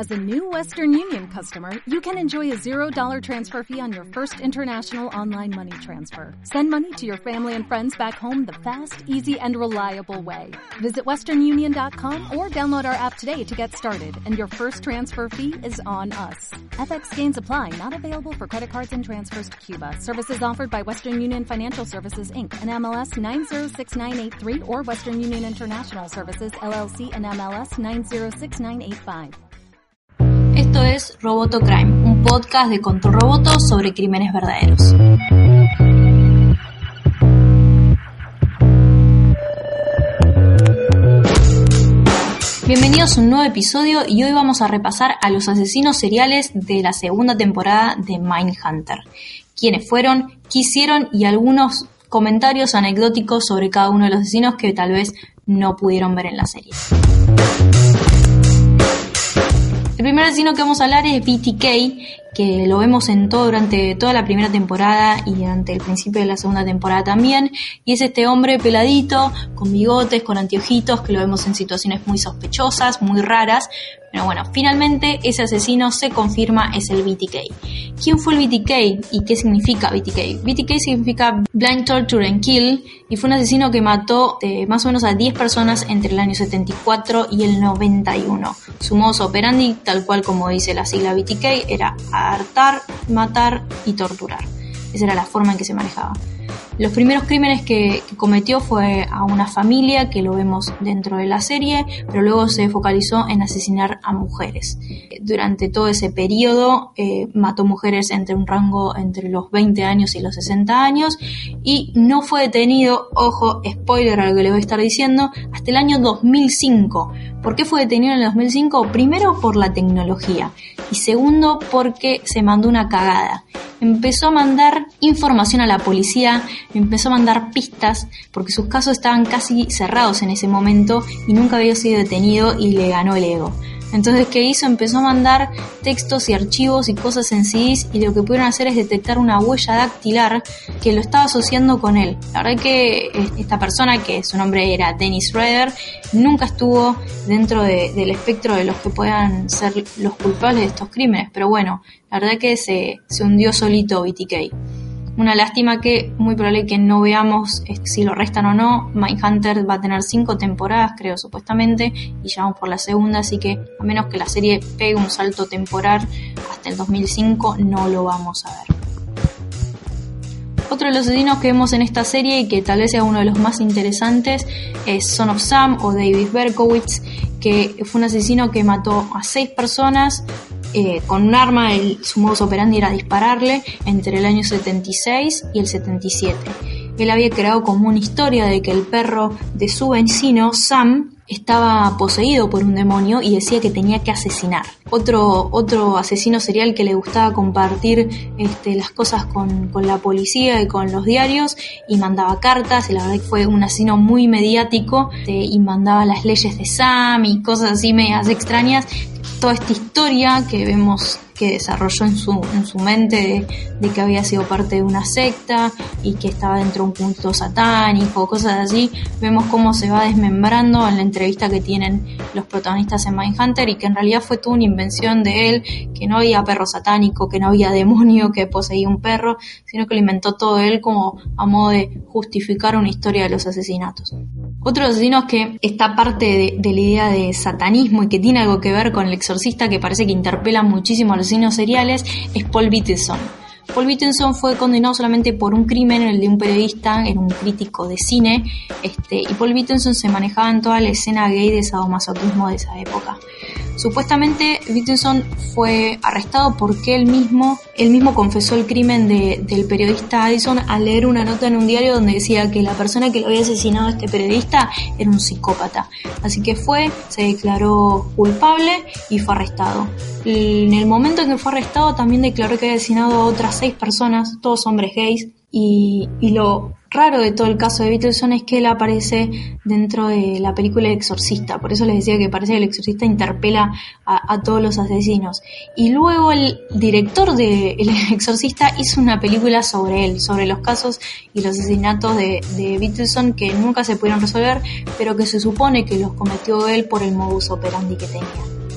As a new Western Union customer, you can enjoy a $0 transfer fee on your first international online money transfer. Send money to your family and friends back home the fast, easy, and reliable way. Visit westernunion.com or download our app today to get started, and your first transfer fee is on us. FX gains apply, not available for credit cards and transfers to Cuba. Services offered by Western Union Financial Services, Inc., and MLS 906983, or Western Union International Services, LLC, and MLS 906985. Esto es Roboto Crime, un podcast de Control Roboto sobre crímenes verdaderos. Bienvenidos a un nuevo episodio y hoy vamos a repasar a los asesinos seriales de la segunda temporada de Mindhunter. Quiénes fueron, qué hicieron y algunos comentarios anecdóticos sobre cada uno de los asesinos que tal vez no pudieron ver en la serie. El primer asesino que vamos a hablar es BTK, que lo vemos durante toda la primera temporada y durante el principio de la segunda temporada también, y es este hombre peladito, con bigotes, con anteojitos, que lo vemos en situaciones muy sospechosas, muy raras, pero bueno, finalmente ese asesino se confirma es el BTK. ¿Quién fue el BTK y qué significa BTK? BTK significa Blind Torture and Kill, y fue un asesino que mató más o menos a 10 personas entre el año 74 y el 91. Su modus operandi, tal cual como dice la sigla BTK, era hartar, matar y torturar. Esa era la forma en que se manejaba. Los primeros crímenes que cometió fue a una familia, que lo vemos dentro de la serie, pero luego se focalizó en asesinar a mujeres. Durante todo ese periodo mató mujeres entre un rango entre los 20 años y los 60 años y no fue detenido, ojo, spoiler a lo que les voy a estar diciendo, hasta el año 2005. ¿Por qué fue detenido en el 2005? Primero por la tecnología y segundo porque se mandó una cagada. Empezó a mandar información a la policía, empezó a mandar pistas, porque sus casos estaban casi cerrados en ese momento y nunca había sido detenido y le ganó el ego. Entonces, ¿qué hizo? Empezó a mandar textos y archivos y cosas en CDs y lo que pudieron hacer es detectar una huella dactilar que lo estaba asociando con él. La verdad que esta persona, que su nombre era Dennis Rader, nunca estuvo dentro del espectro de los que puedan ser los culpables de estos crímenes, pero bueno, la verdad que se hundió solito BTK. Una lástima que muy probable que no veamos si lo restan o no. Mindhunter va a tener 5 temporadas, creo, supuestamente, y ya vamos por la segunda, así que a menos que la serie pegue un salto temporal hasta el 2005, no lo vamos a ver. Otro de los asesinos que vemos en esta serie y que tal vez sea uno de los más interesantes es Son of Sam o David Berkowitz, que fue un asesino que mató a 6 personas con un arma. Su modus operandi era dispararle entre el año 76 y el 77. Él había creado como una historia de que el perro de su vecino, Sam, estaba poseído por un demonio y decía que tenía que asesinar. Otro asesino serial que le gustaba compartir las cosas con la policía y con los diarios, y mandaba cartas, y la verdad que fue un asesino muy mediático, y mandaba las leyes de Sam y cosas así medias extrañas. Toda esta historia que vemos que desarrolló en su mente de que había sido parte de una secta y que estaba dentro de un culto satánico, cosas así, vemos cómo se va desmembrando en la entrevista que tienen los protagonistas en Mindhunter, y que en realidad fue toda una invención de él, que no había perro satánico, que no había demonio que poseía un perro, sino que lo inventó todo él como a modo de justificar una historia de los asesinatos. Otro asesino que está parte de la idea de satanismo y que tiene algo que ver con El Exorcista, que parece que interpela muchísimo a los asesinos seriales, es Paul Vittelson. Paul Vittelson fue condenado solamente por un crimen, el de un periodista, era un crítico de cine, y Paul Vittelson se manejaba en toda la escena gay de sadomasoquismo de esa época. Supuestamente Vittelson fue arrestado porque él mismo confesó el crimen del periodista Addison al leer una nota en un diario donde decía que la persona que lo había asesinado a este periodista era un psicópata. Así que se declaró culpable y fue arrestado. En el momento en que fue arrestado también declaró que había asesinado a otras 6 personas, todos hombres gays, y lo raro de todo el caso de Vittelson es que él aparece dentro de la película El Exorcista. Por eso les decía que parece que El Exorcista interpela a todos los asesinos. Y luego el director de El Exorcista hizo una película sobre él, sobre los casos y los asesinatos de Vittelson que nunca se pudieron resolver, pero que se supone que los cometió él por el modus operandi que tenía.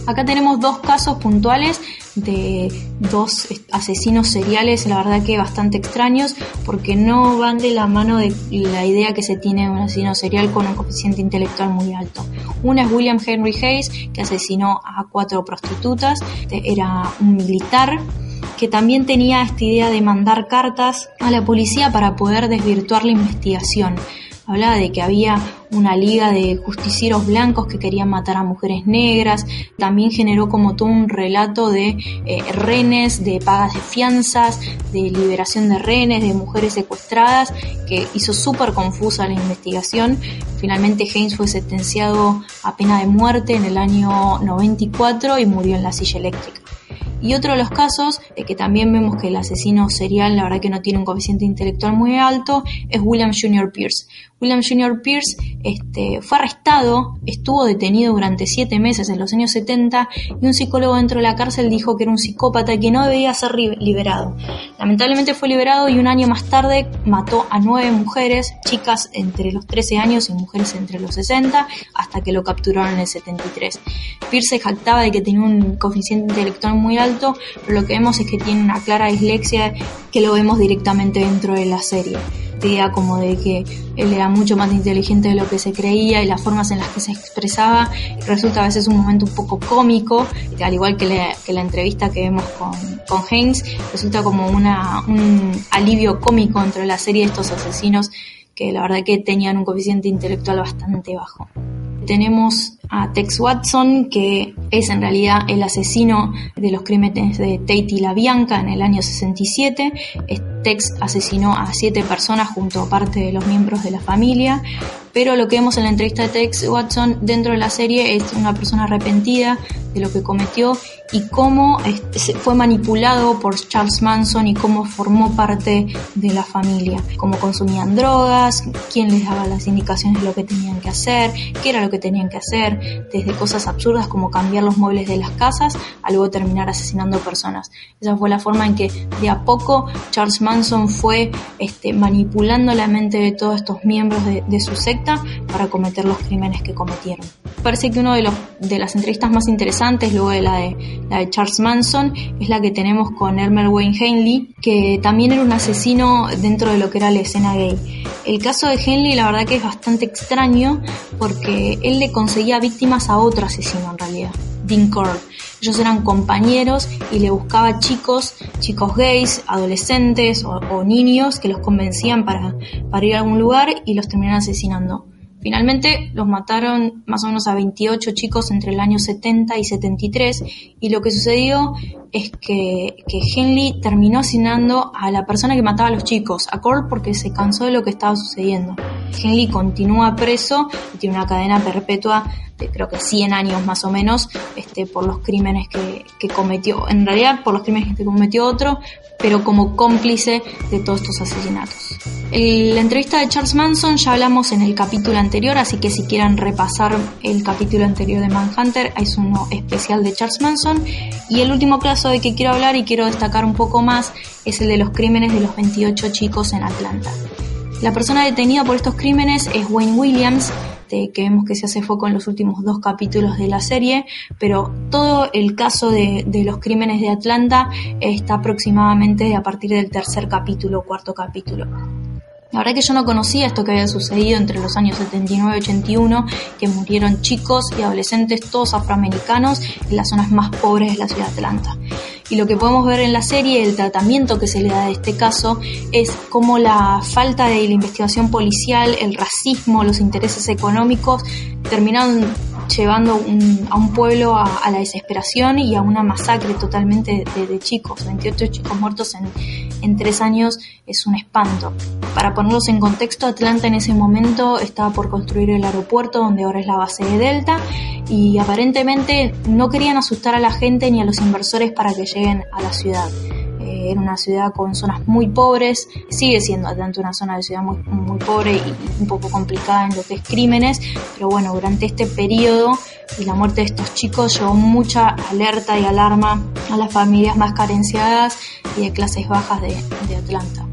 Acá tenemos 2 casos puntuales de 2 asesinos seriales, la verdad que bastante extraños, porque no van de la mano de la idea que se tiene de un asesino serial con un coeficiente intelectual muy alto. Una es William Henry Hayes, que asesinó a 4 prostitutas, era un militar que también tenía esta idea de mandar cartas a la policía para poder desvirtuar la investigación. Hablaba de que había una liga de justicieros blancos que querían matar a mujeres negras. También generó como todo un relato de rehenes, de pagas de fianzas, de liberación de rehenes, de mujeres secuestradas, que hizo súper confusa la investigación. Finalmente Hayes fue sentenciado a pena de muerte en el año 94 y murió en la silla eléctrica. Y otro de los casos, que también vemos que el asesino serial, la verdad que no tiene un coeficiente intelectual muy alto, es William Jr. Pierce. William Jr. Pierce fue arrestado, estuvo detenido durante 7 meses en los años 70 y un psicólogo dentro de la cárcel dijo que era un psicópata y que no debía ser liberado. Lamentablemente fue liberado y un año más tarde mató a 9 mujeres, chicas entre los 13 años y mujeres entre los 60, hasta que lo capturaron en el 73. Pierce se jactaba de que tenía un coeficiente intelectual muy alto, pero lo que vemos es que tiene una clara dislexia que lo vemos directamente dentro de la serie. Idea como de que él era mucho más inteligente de lo que se creía y las formas en las que se expresaba resulta a veces un momento un poco cómico, al igual que la entrevista que vemos con Hayes, resulta como un alivio cómico dentro de la serie de estos asesinos que la verdad que tenían un coeficiente intelectual bastante bajo. Tenemos a Tex Watson, que es en realidad el asesino de los crímenes de Tate y LaBianca en el año 67. Tex asesinó a 7 personas junto a parte de los miembros de la familia, pero lo que vemos en la entrevista de Tex Watson dentro de la serie es una persona arrepentida de lo que cometió y cómo fue manipulado por Charles Manson y cómo formó parte de la familia, cómo consumían drogas, quién les daba las indicaciones de lo que tenían que hacer, qué era lo que tenían que hacer, desde cosas absurdas como cambiar los muebles de las casas a luego terminar asesinando personas. Esa fue la forma en que de a poco Charles Manson fue manipulando la mente de todos estos miembros de su secta para cometer los crímenes que cometieron. Parece que uno de las entrevistas más interesantes, luego de la de Charles Manson, es la que tenemos con Elmer Wayne Henley, que también era un asesino dentro de lo que era la escena gay. El caso de Henley la verdad que es bastante extraño porque él le conseguía víctimas a otro asesino en realidad, Dean Corll. Ellos eran compañeros y le buscaba chicos gays, adolescentes o niños que los convencían para ir a algún lugar y los terminaron asesinando. Finalmente los mataron más o menos a 28 chicos entre el año 70 y 73 y lo que sucedió es que Henley terminó asesinando a la persona que mataba a los chicos, a Corll, porque se cansó de lo que estaba sucediendo. Henley continúa preso y tiene una cadena perpetua de creo que 100 años más o menos por los crímenes que cometió. En realidad por los crímenes que cometió otro, pero como cómplice de todos estos asesinatos. La entrevista de Charles Manson ya hablamos en el capítulo anterior, así que si quieren repasar el capítulo anterior de Manhunter, es uno especial de Charles Manson. Y el último caso de que quiero hablar y quiero destacar un poco más es el de los crímenes de los 28 chicos en Atlanta. La persona detenida por estos crímenes es Wayne Williams, que vemos que se hace foco en los últimos 2 capítulos de la serie, pero todo el caso de los crímenes de Atlanta está aproximadamente a partir del 3er capítulo, 4º capítulo. La verdad que yo no conocía esto que había sucedido entre los años 79 y 81, que murieron chicos y adolescentes, todos afroamericanos, en las zonas más pobres de la ciudad de Atlanta. Y lo que podemos ver en la serie, el tratamiento que se le da a este caso, es cómo la falta de la investigación policial, el racismo, los intereses económicos terminaron llevando a un pueblo a la desesperación y a una masacre totalmente de chicos. 28 chicos muertos en 3 años es un espanto. Para ponerlos en contexto, Atlanta en ese momento estaba por construir el aeropuerto donde ahora es la base de Delta y aparentemente no querían asustar a la gente ni a los inversores para que lleguen a la ciudad. Era una ciudad con zonas muy pobres, sigue siendo Atlanta una zona de ciudad muy, muy pobre y un poco complicada en lo que es crímenes, pero bueno, durante este periodo y la muerte de estos chicos llevó mucha alerta y alarma a las familias más carenciadas y de clases bajas de Atlanta.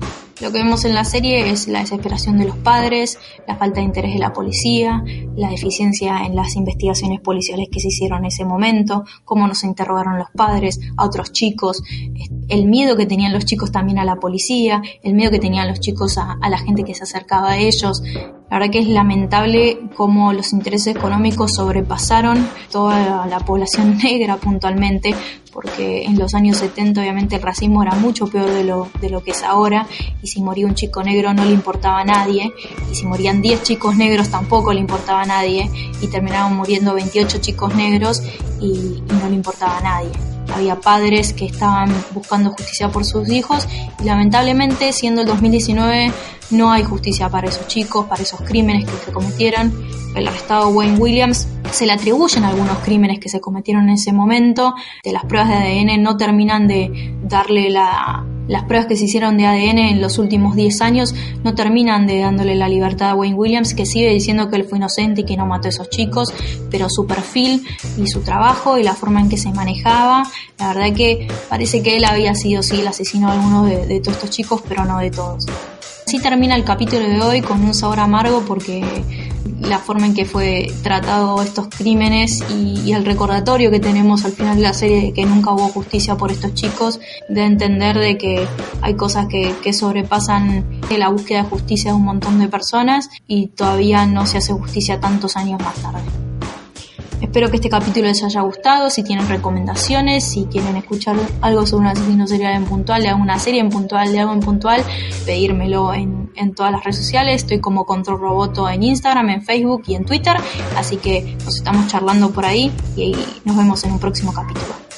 Lo que vemos en la serie es la desesperación de los padres, la falta de interés de la policía, la deficiencia en las investigaciones policiales que se hicieron en ese momento, cómo nos interrogaron los padres, a otros chicos, el miedo que tenían los chicos también a la policía, el miedo que tenían los chicos a la gente que se acercaba a ellos. La verdad que es lamentable cómo los intereses económicos sobrepasaron toda la población negra puntualmente, porque en los años 70 obviamente el racismo era mucho peor de lo que es ahora, y si moría un chico negro no le importaba a nadie, y si morían 10 chicos negros tampoco le importaba a nadie, y terminaban muriendo 28 chicos negros y no le importaba a nadie. Había padres que estaban buscando justicia por sus hijos y lamentablemente, siendo el 2019, no hay justicia para esos chicos, para esos crímenes que se cometieron. El arrestado Wayne Williams se le atribuyen algunos crímenes que se cometieron en ese momento. De las pruebas de ADN no terminan de darle las pruebas que se hicieron de ADN en los últimos 10 años no terminan de dándole la libertad a Wayne Williams, que sigue diciendo que él fue inocente y que no mató a esos chicos, pero su perfil y su trabajo y la forma en que se manejaba, la verdad que parece que él había sido sí el asesino de algunos de todos estos chicos, pero no de todos. Así termina el capítulo de hoy con un sabor amargo porque la forma en que fue tratado estos crímenes y el recordatorio que tenemos al final de la serie de que nunca hubo justicia por estos chicos, de entender de que hay cosas que sobrepasan la búsqueda de justicia de un montón de personas y todavía no se hace justicia tantos años más tarde. Espero que este capítulo les haya gustado. Si tienen recomendaciones, si quieren escuchar algo sobre un asesino serial en puntual, de alguna serie en puntual, de algo en puntual, pedírmelo en todas las redes sociales. Estoy como Control Roboto en Instagram, en Facebook y en Twitter. Así que nos estamos charlando por ahí y nos vemos en un próximo capítulo.